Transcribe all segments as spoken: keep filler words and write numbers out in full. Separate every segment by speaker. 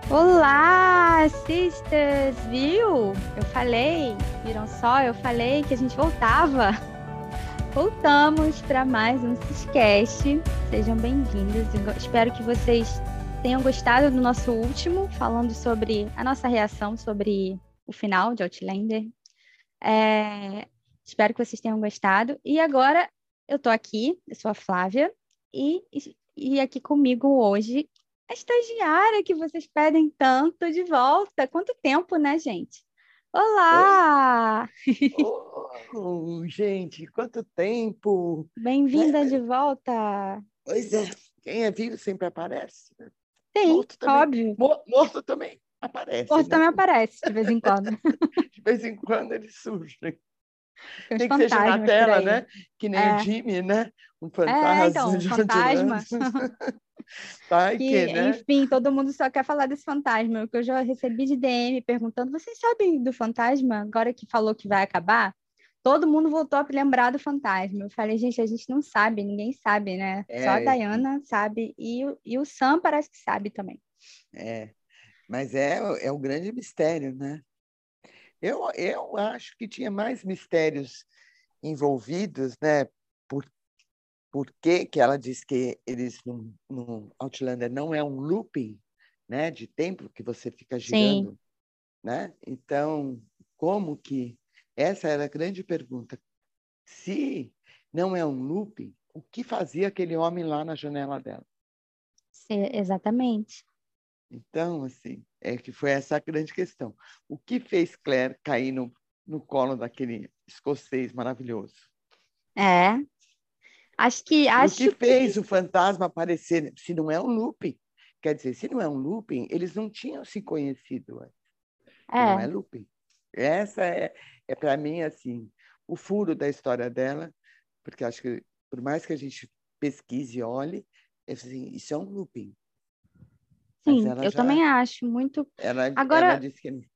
Speaker 1: Olá, sisters! Viu? Eu falei, viram só? Eu falei que a gente voltava. Voltamos para mais um Siscast. Sejam bem-vindos. Eu go- Espero que vocês tenham gostado do nosso último, falando sobre a nossa reação sobre o final de Outlander. É, Espero que vocês tenham gostado. E agora eu tô aqui, eu sou a Flávia, e, e aqui comigo hoje a estagiária que vocês pedem tanto de volta. Quanto tempo, né, gente?
Speaker 2: Oi,
Speaker 1: Olá!
Speaker 2: oh, gente, quanto tempo, né?
Speaker 1: Bem-vinda de
Speaker 2: Mas,
Speaker 1: volta.
Speaker 2: pois é, quem é vivo sempre aparece, né?
Speaker 1: Sim,
Speaker 2: Morto também,
Speaker 1: óbvio.
Speaker 2: Mo- morto também aparece,
Speaker 1: Porto
Speaker 2: né?
Speaker 1: também aparece de vez em quando.
Speaker 2: De vez em quando eles surgem.
Speaker 1: Tem uns
Speaker 2: Nem que seja na
Speaker 1: fantasmas por
Speaker 2: tela,
Speaker 1: aí.
Speaker 2: né? Que nem o
Speaker 1: É,
Speaker 2: Jimmy, né? Um
Speaker 1: é,
Speaker 2: fantasma
Speaker 1: então,
Speaker 2: de
Speaker 1: fantasma.
Speaker 2: Outlander. Vai que,
Speaker 1: Que,
Speaker 2: né?
Speaker 1: enfim, todo mundo só quer falar desse fantasma, que eu já recebi de D M perguntando, vocês sabem do fantasma? Agora que falou que vai acabar, todo mundo voltou a lembrar do fantasma. Eu falei, gente, a gente não sabe, ninguém sabe, né? Só a
Speaker 2: É,
Speaker 1: Diana sabe, e, o- e o Sam parece que sabe também.
Speaker 2: é, mas é, é o grande mistério, né? Eu, eu acho que tinha mais mistérios envolvidos, né? Por por que que ela diz que eles no, no Outlander não é um looping, né, de tempo que você fica
Speaker 1: Sim,
Speaker 2: girando, né? Então, como que essa era a grande pergunta. Se não é um looping, o que fazia aquele homem lá na janela dela?
Speaker 1: sim, exatamente.
Speaker 2: Então, assim, é que foi essa a grande questão. O que fez Claire cair no, no colo daquele escocês maravilhoso?
Speaker 1: É, acho que,
Speaker 2: E o que
Speaker 1: acho que,
Speaker 2: fez o fantasma aparecer, se não é um looping? Quer dizer, se não é um looping, eles não tinham se conhecido antes, que não é
Speaker 1: é,
Speaker 2: looping. Essa é, é para mim, assim, o furo da história dela, porque acho que, por mais que a gente pesquise e olhe, é assim, isso é um looping. Mas
Speaker 1: sim,
Speaker 2: ela
Speaker 1: eu também
Speaker 2: já,
Speaker 1: acho muito.
Speaker 2: ela, ela
Speaker 1: Agora,
Speaker 2: disse que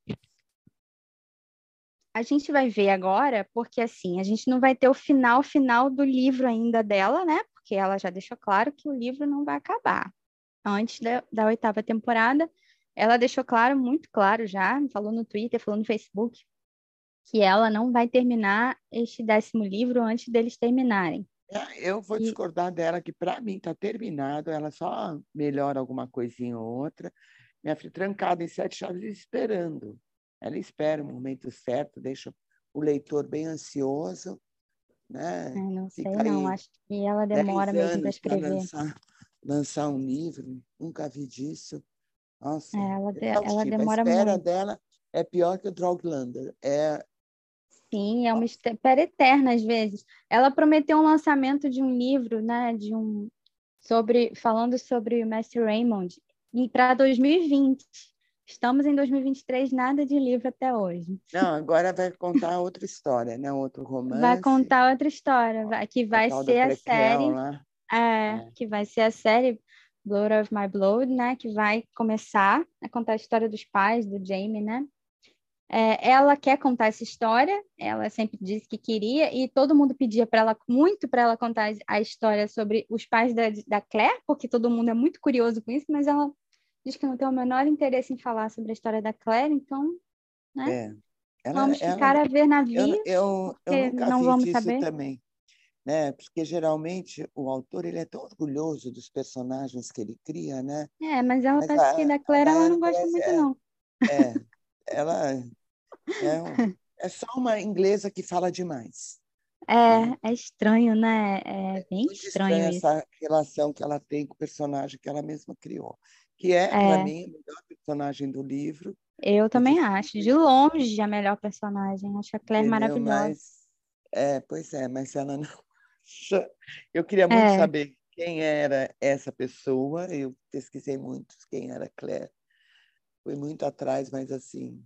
Speaker 1: a gente vai ver agora, porque assim, a gente não vai ter o final final do livro ainda dela, né? Porque ela já deixou claro que o livro não vai acabar. Antes da, da oitava temporada, ela deixou claro, muito claro já, falou no Twitter, falou no Facebook, que ela não vai terminar este décimo livro antes deles terminarem.
Speaker 2: eu vou
Speaker 1: E
Speaker 2: discordar dela, que para mim está terminado, ela só melhora alguma coisinha ou outra. Minha filha trancada em sete chaves esperando. Ela espera o momento certo, deixa o leitor bem ansioso,
Speaker 1: ai,
Speaker 2: né?
Speaker 1: não sei,
Speaker 2: Fica
Speaker 1: não,
Speaker 2: aí
Speaker 1: acho que ela demora
Speaker 2: dez
Speaker 1: mesmo para
Speaker 2: anos para
Speaker 1: escrever.
Speaker 2: lançar, lançar um livro, nunca vi disso.
Speaker 1: É,
Speaker 2: Nossa,
Speaker 1: ela, de- ela
Speaker 2: exaustivo. A
Speaker 1: demora
Speaker 2: espera
Speaker 1: muito.
Speaker 2: dela é pior que o Droglander. É,
Speaker 1: Sim, é uma espera eterna às vezes. Ela prometeu um lançamento de um livro, né, de um sobre falando sobre o Mestre Raymond para dois mil e vinte. Estamos em dois mil e vinte e três, nada de livro até hoje.
Speaker 2: não, agora vai contar outra história, né? Outro
Speaker 1: Vai
Speaker 2: romance,
Speaker 1: contar outra história, vai- que
Speaker 2: a
Speaker 1: vai
Speaker 2: tal do
Speaker 1: ser a
Speaker 2: prequel
Speaker 1: série,
Speaker 2: lá.
Speaker 1: é,
Speaker 2: É.
Speaker 1: que vai ser a série Blood of My Blood, né, que vai começar a contar a história dos pais do Jaime, né? É, ela quer contar essa história, ela sempre disse que queria, e todo mundo pedia para ela muito para ela contar a história sobre os pais da, da Claire, porque todo mundo é muito curioso com isso, mas ela diz que não tem o menor interesse em falar sobre a história da Claire, então, né?
Speaker 2: É. Ela,
Speaker 1: Vamos
Speaker 2: ela,
Speaker 1: ficar a ver
Speaker 2: eu,
Speaker 1: navios,
Speaker 2: eu, eu
Speaker 1: porque
Speaker 2: nunca
Speaker 1: não
Speaker 2: vi
Speaker 1: vamos
Speaker 2: disso
Speaker 1: saber.
Speaker 2: também, né? Porque geralmente o autor ele é tão orgulhoso dos personagens que ele cria, né?
Speaker 1: É, mas ela
Speaker 2: Mas
Speaker 1: parece que
Speaker 2: a,
Speaker 1: da
Speaker 2: a
Speaker 1: Claire ela
Speaker 2: Diana
Speaker 1: não gosta
Speaker 2: parece
Speaker 1: muito,
Speaker 2: é,
Speaker 1: não.
Speaker 2: é, ela é, um- é só uma inglesa que fala demais, né?
Speaker 1: É, é estranho, né? É bem
Speaker 2: Muito
Speaker 1: estranho
Speaker 2: estranha
Speaker 1: isso.
Speaker 2: essa relação que ela tem com o personagem que ela mesma criou, que é para
Speaker 1: É,
Speaker 2: mim o melhor personagem do livro,
Speaker 1: eu
Speaker 2: é
Speaker 1: também acho. De
Speaker 2: difícil,
Speaker 1: longe, a melhor personagem. Acho a Claire
Speaker 2: entendeu?
Speaker 1: maravilhosa.
Speaker 2: Mas é, pois é, mas ela não acha. Eu queria muito
Speaker 1: É,
Speaker 2: saber quem era essa pessoa. Eu pesquisei muito quem era Claire. Fui muito atrás, mas assim,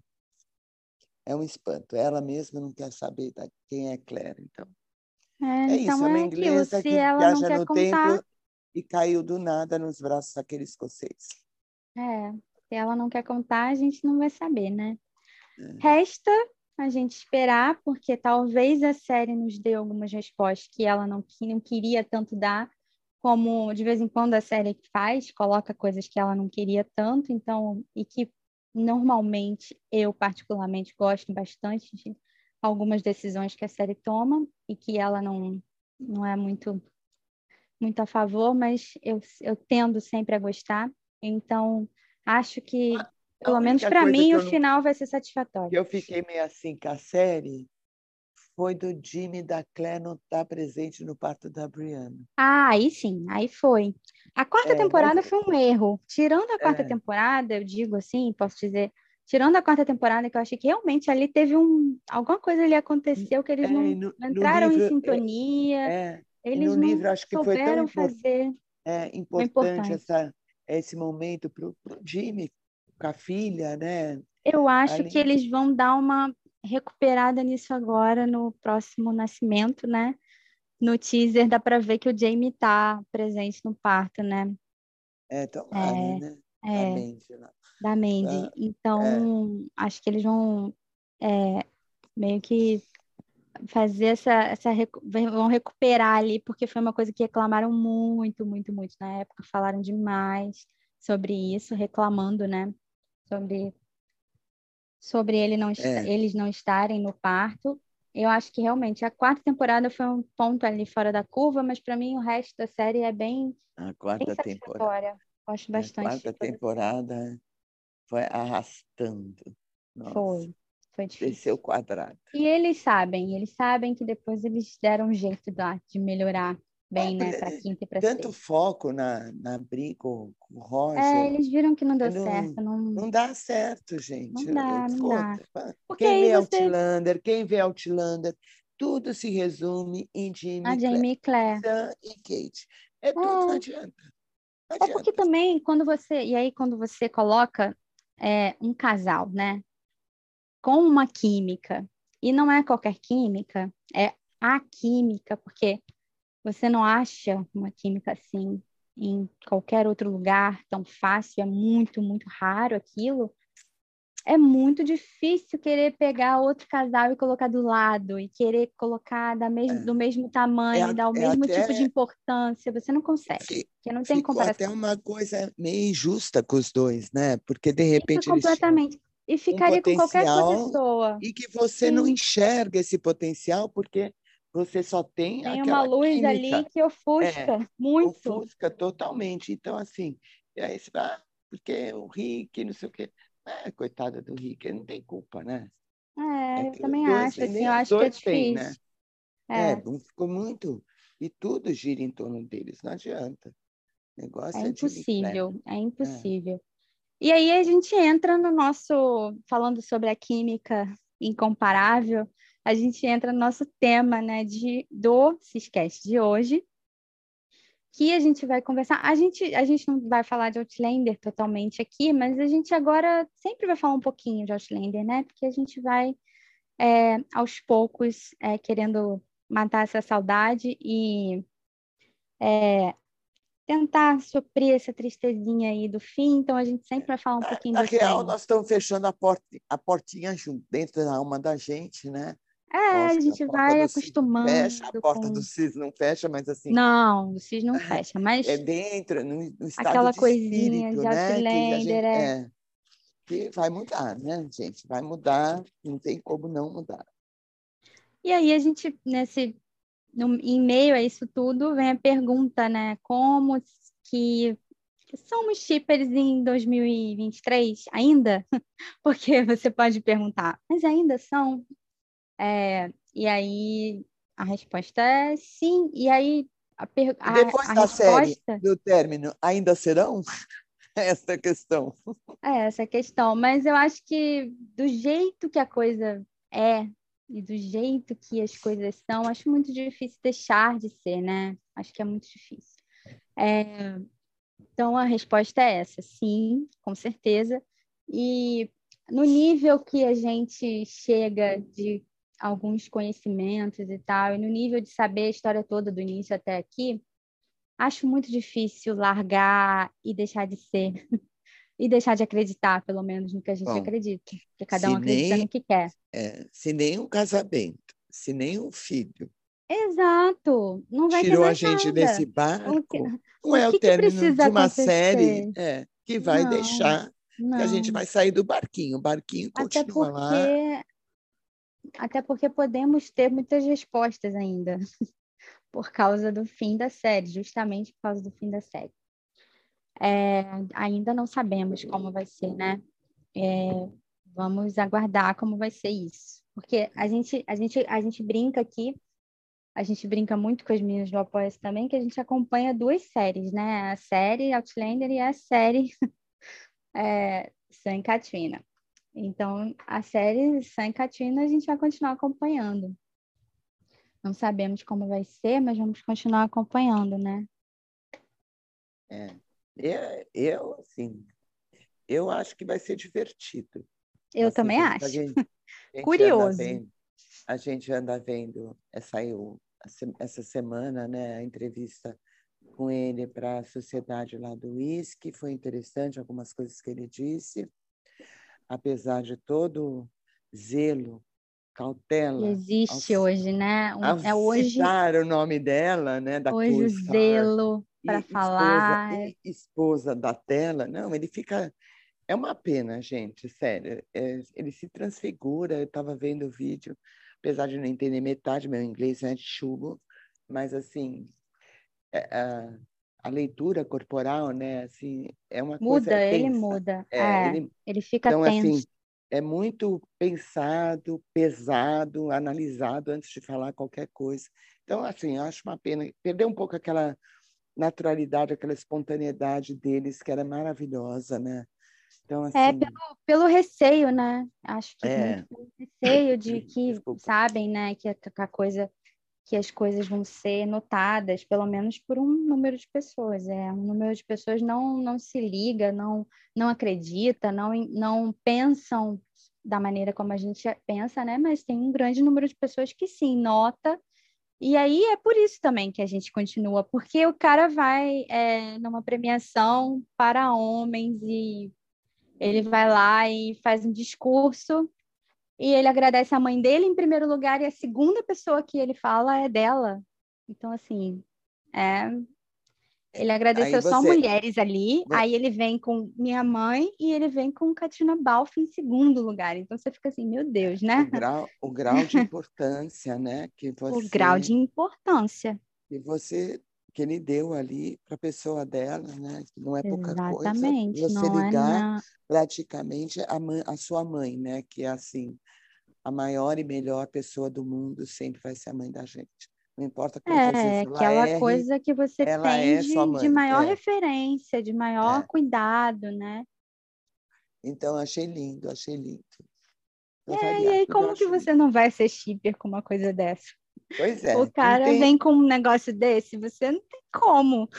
Speaker 2: é um espanto. Ela mesma não quer saber da- quem é Claire. Então,
Speaker 1: é,
Speaker 2: é isso,
Speaker 1: então
Speaker 2: é uma
Speaker 1: é aquilo.
Speaker 2: inglesa
Speaker 1: Se
Speaker 2: que
Speaker 1: ela não
Speaker 2: viaja
Speaker 1: quer
Speaker 2: no
Speaker 1: contar,
Speaker 2: tempo e caiu do nada nos braços daquele escocês.
Speaker 1: é, se ela não quer contar, a gente não vai saber, né?
Speaker 2: É,
Speaker 1: Resta a gente esperar, porque talvez a série nos dê algumas respostas que ela não, que não queria tanto dar, como de vez em quando a série faz, coloca coisas que ela não queria tanto, então, e que normalmente eu particularmente gosto bastante de algumas decisões que a série toma e que ela não, não é muito, muito a favor, mas eu, eu tendo sempre a gostar. Então, acho que,
Speaker 2: A
Speaker 1: pelo menos
Speaker 2: única
Speaker 1: para
Speaker 2: coisa
Speaker 1: mim,
Speaker 2: que
Speaker 1: o
Speaker 2: eu, não,
Speaker 1: final vai ser
Speaker 2: que
Speaker 1: satisfatório.
Speaker 2: eu fiquei meio assim com a série foi do Jimmy e da Claire não estar presente no parto da Brianna.
Speaker 1: Ah, aí sim, aí foi. A quarta
Speaker 2: É, mas
Speaker 1: temporada foi um erro. Tirando a quarta
Speaker 2: é,
Speaker 1: temporada, eu digo assim, posso dizer, tirando a quarta temporada, que eu achei que realmente ali teve um, alguma coisa ali aconteceu que eles
Speaker 2: é, e
Speaker 1: não
Speaker 2: no, no
Speaker 1: entraram em
Speaker 2: livro é,
Speaker 1: sintonia,
Speaker 2: é, e no
Speaker 1: eles não
Speaker 2: livro acho que foi tão
Speaker 1: souberam
Speaker 2: impor,
Speaker 1: fazer
Speaker 2: é,
Speaker 1: o
Speaker 2: importante
Speaker 1: importante.
Speaker 2: essa, esse momento para o Jimmy com a filha, né?
Speaker 1: Eu acho que
Speaker 2: Ali,
Speaker 1: eles vão dar uma recuperada nisso agora no próximo nascimento, né? No teaser dá para ver que o Jamie tá presente no parto, né?
Speaker 2: é, tomara,
Speaker 1: É,
Speaker 2: né? Da
Speaker 1: é.
Speaker 2: mente lá.
Speaker 1: Da
Speaker 2: Ah,
Speaker 1: Mandy.
Speaker 2: é,
Speaker 1: Então, acho que eles vão é, meio que fazer essa, essa recu- vão recuperar ali, porque foi uma coisa que reclamaram muito, muito, muito na época, falaram demais sobre isso, reclamando, né? Sobre, sobre ele não, esta-
Speaker 2: é,
Speaker 1: eles não estarem no parto. Eu acho que realmente a quarta temporada foi um ponto ali fora da curva, mas para mim o resto da série é bem,
Speaker 2: a
Speaker 1: bem
Speaker 2: quarta temporada.
Speaker 1: satisfatória. Gosto
Speaker 2: A
Speaker 1: bastante de
Speaker 2: quarta
Speaker 1: toda a série.
Speaker 2: temporada foi arrastando. Nossa,
Speaker 1: Foi, foi
Speaker 2: desceu
Speaker 1: difícil.
Speaker 2: quadrado.
Speaker 1: E eles sabem, eles sabem que depois eles deram um jeito da- de melhorar
Speaker 2: É,
Speaker 1: bem, né, para
Speaker 2: porque
Speaker 1: quinta e para
Speaker 2: tanto
Speaker 1: sexta.
Speaker 2: foco na, na briga com, com o
Speaker 1: É,
Speaker 2: Roger,
Speaker 1: eles viram que não deu
Speaker 2: é, não,
Speaker 1: certo, não,
Speaker 2: não dá certo, gente.
Speaker 1: não dá, não dá.
Speaker 2: Foda.
Speaker 1: Porque
Speaker 2: Quem
Speaker 1: aí
Speaker 2: vê
Speaker 1: você,
Speaker 2: Outlander, quem vê Outlander, tudo se resume em
Speaker 1: a
Speaker 2: Jimmy, Claire,
Speaker 1: Jamie e Claire,
Speaker 2: Sam e Kate. É tudo, não
Speaker 1: é,
Speaker 2: adianta. Não
Speaker 1: é porque
Speaker 2: adianta.
Speaker 1: também quando você, e aí quando você coloca é, um casal, né, com uma química, e não é qualquer química, é a química, porque você não acha uma química assim em qualquer outro lugar tão fácil, é muito, muito raro aquilo. É muito difícil querer pegar outro casal e colocar do lado, e querer colocar da mes do mesmo
Speaker 2: É,
Speaker 1: tamanho,
Speaker 2: é,
Speaker 1: dar o
Speaker 2: é
Speaker 1: mesmo tipo de
Speaker 2: até
Speaker 1: importância. Você não consegue,
Speaker 2: fi-
Speaker 1: porque não tem
Speaker 2: ficou até
Speaker 1: comparação.
Speaker 2: uma coisa meio injusta com os dois, né? Porque de
Speaker 1: Fica
Speaker 2: repente eles tinham
Speaker 1: completamente. E
Speaker 2: um
Speaker 1: ficaria com qualquer outra
Speaker 2: potencial
Speaker 1: pessoa.
Speaker 2: e que você não
Speaker 1: Sim,
Speaker 2: enxerga esse potencial porque você só tem
Speaker 1: tem uma
Speaker 2: aquela
Speaker 1: luz ali
Speaker 2: química.
Speaker 1: que
Speaker 2: É,
Speaker 1: ofusca muito.
Speaker 2: ofusca totalmente. Então, assim, e aí você vai, ah, porque o Rick, não sei o quê. É, coitada do Rick, ele não tem culpa, né? É
Speaker 1: É, eu
Speaker 2: que os
Speaker 1: também
Speaker 2: dois,
Speaker 1: acho,
Speaker 2: e
Speaker 1: assim,
Speaker 2: nem
Speaker 1: eu
Speaker 2: os
Speaker 1: acho que é
Speaker 2: dois têm, né?
Speaker 1: difícil.
Speaker 2: É,
Speaker 1: É,
Speaker 2: ficou muito. E tudo gira em torno deles, não adianta. O
Speaker 1: é
Speaker 2: negócio é Jimmy Clare.
Speaker 1: impossível, é
Speaker 2: É.
Speaker 1: impossível. E aí a gente entra no nosso, falando sobre a química incomparável, a gente entra no nosso tema, né, de, do Ciscast de hoje, que a gente vai conversar. A gente, a gente não vai falar de Outlander totalmente aqui, mas a gente agora sempre vai falar um pouquinho de Outlander, né? Porque a gente vai, é, aos poucos, é, querendo matar essa saudade e tentar suprir essa tristezinha aí do fim. Então a gente sempre vai falar um
Speaker 2: Na,
Speaker 1: pouquinho de
Speaker 2: na real,
Speaker 1: Outlander.
Speaker 2: nós estamos fechando a, porta, a portinha junto, dentro da alma da gente, né?
Speaker 1: É, a
Speaker 2: Lógico que a
Speaker 1: gente
Speaker 2: porta
Speaker 1: vai
Speaker 2: do Cis não fecha, a
Speaker 1: acostumando
Speaker 2: porta do
Speaker 1: com.
Speaker 2: Cis não fecha, mas assim,
Speaker 1: Não, o Cis não fecha,
Speaker 2: é
Speaker 1: mas
Speaker 2: dentro, no, no estado
Speaker 1: aquela
Speaker 2: de
Speaker 1: coisinha
Speaker 2: espírito,
Speaker 1: de
Speaker 2: né? Que a
Speaker 1: Outlander
Speaker 2: gente
Speaker 1: é,
Speaker 2: é, que vai mudar, né, gente? Vai mudar, não tem como não mudar.
Speaker 1: e aí a gente, nesse, no, em meio a isso tudo, vem a pergunta, né? Como que somos shippers em dois mil e vinte e três ainda? Porque você pode perguntar, mas ainda são? É, e aí a resposta é sim. E aí a, per-
Speaker 2: E
Speaker 1: a,
Speaker 2: depois
Speaker 1: a
Speaker 2: da série,
Speaker 1: resposta
Speaker 2: do término, ainda serão? Essa é a questão.
Speaker 1: é essa a questão. Mas eu acho que do jeito que a coisa é e do jeito que as coisas são, acho muito difícil deixar de ser, né? Acho que é muito difícil. É, então a resposta é essa, sim, com certeza. E no nível que a gente chega de alguns conhecimentos e tal, e no nível de saber a história toda do início até aqui, acho muito difícil largar e deixar de ser, e deixar de acreditar, pelo menos, no que a gente
Speaker 2: Bom,
Speaker 1: acredita, porque cada um
Speaker 2: se
Speaker 1: acredita
Speaker 2: nem,
Speaker 1: no que quer.
Speaker 2: é, se nem um casamento, se nem um filho,
Speaker 1: Exato, não vai ter
Speaker 2: tirou a
Speaker 1: mais
Speaker 2: gente desse
Speaker 1: nada. O que,
Speaker 2: barco, não
Speaker 1: o
Speaker 2: é o
Speaker 1: que que
Speaker 2: término
Speaker 1: precisa
Speaker 2: de uma série
Speaker 1: acontecer?
Speaker 2: é, que vai
Speaker 1: Não,
Speaker 2: deixar que a gente
Speaker 1: não.
Speaker 2: vai sair do barquinho. O barquinho
Speaker 1: Até
Speaker 2: continua lá.
Speaker 1: porque, até porque podemos ter muitas respostas ainda, por causa do fim da série, justamente por causa do fim da série. É, ainda não sabemos como vai ser, né? É, vamos aguardar como vai ser isso. Porque a gente, a gente, a gente brinca aqui, a gente brinca muito com as meninas do Apoia-se também, que a gente acompanha duas séries, né? A série Outlander e a série é, San Katrina. Então, a série San Katrina a gente vai continuar acompanhando. Não sabemos como vai ser, mas vamos continuar acompanhando, né?
Speaker 2: É. Eu, eu, assim, eu acho que vai ser divertido.
Speaker 1: Eu
Speaker 2: Assim,
Speaker 1: também
Speaker 2: pelo que a
Speaker 1: acho.
Speaker 2: gente, a gente anda
Speaker 1: Curioso.
Speaker 2: vendo, a gente anda vendo, é, saiu essa semana, né, a entrevista com ele para a sociedade lá do uísque, foi interessante algumas coisas que ele disse, apesar de todo zelo,
Speaker 1: Que
Speaker 2: cautela, ao,
Speaker 1: existe hoje, né? Um-
Speaker 2: ao
Speaker 1: é hoje,
Speaker 2: citar o nome dela, né, da
Speaker 1: hoje o
Speaker 2: co-star,
Speaker 1: zelo para
Speaker 2: e esposa,
Speaker 1: falar.
Speaker 2: e esposa da tela, não, ele fica. É uma pena, gente, sério. É, ele se transfigura. Eu estava vendo o vídeo, apesar de não entender metade, meu inglês é chulo, mas assim, é, a, a leitura corporal, né, assim, é uma coisa
Speaker 1: Muda, ele
Speaker 2: tensa.
Speaker 1: muda.
Speaker 2: É,
Speaker 1: É,
Speaker 2: ele,
Speaker 1: ele fica
Speaker 2: então, assim,
Speaker 1: tenso.
Speaker 2: é muito pensado, pesado, analisado antes de falar qualquer coisa. Então, assim, eu acho uma pena perder um pouco aquela naturalidade, aquela espontaneidade deles, que era maravilhosa, né? Então,
Speaker 1: É,
Speaker 2: assim,
Speaker 1: pelo, pelo receio, né? Acho que muito
Speaker 2: é,
Speaker 1: pelo receio de que
Speaker 2: desculpa.
Speaker 1: sabem, né, que a, que a coisa, que as coisas vão ser notadas, pelo menos por um número de pessoas. É, um número de pessoas não, não se liga, não, não acredita, não, não pensam da maneira como a gente pensa, né? Mas tem um grande número de pessoas que sim, nota. E aí é por isso também que a gente continua, porque o cara vai é, numa premiação para homens e ele vai lá e faz um discurso e ele agradece a mãe dele em primeiro lugar e a segunda pessoa que ele fala é dela. Então, assim, é, ele
Speaker 2: Aí
Speaker 1: agradeceu só
Speaker 2: você,
Speaker 1: mulheres ali, aí ele vem com minha mãe e ele vem com Katrina Balfe em segundo lugar. Então você fica assim, meu Deus,
Speaker 2: o
Speaker 1: né?
Speaker 2: grau, o grau de importância, né, que
Speaker 1: O grau
Speaker 2: você,
Speaker 1: de importância.
Speaker 2: que você, que ele deu ali para a pessoa dela, né, que não é pouca coisa.
Speaker 1: Exatamente,
Speaker 2: Você
Speaker 1: não é
Speaker 2: ligar
Speaker 1: na...
Speaker 2: praticamente a, mãe, a sua mãe, né, que é assim, a maior e melhor pessoa do mundo sempre vai ser a mãe da gente. Não importa quantas
Speaker 1: É
Speaker 2: vezes ela
Speaker 1: aquela
Speaker 2: erre,
Speaker 1: coisa que você
Speaker 2: ela
Speaker 1: tem
Speaker 2: é sua
Speaker 1: de, de
Speaker 2: mãe.
Speaker 1: maior
Speaker 2: É,
Speaker 1: referência, de maior
Speaker 2: é.
Speaker 1: cuidado, né?
Speaker 2: Então, achei lindo, achei lindo.
Speaker 1: É,
Speaker 2: Para
Speaker 1: e
Speaker 2: variar,
Speaker 1: aí,
Speaker 2: tudo eu
Speaker 1: como que
Speaker 2: acho lindo.
Speaker 1: você não vai ser shipper com uma coisa dessa?
Speaker 2: Pois
Speaker 1: O
Speaker 2: é, não
Speaker 1: cara
Speaker 2: tem.
Speaker 1: vem com um negócio desse, você não tem como.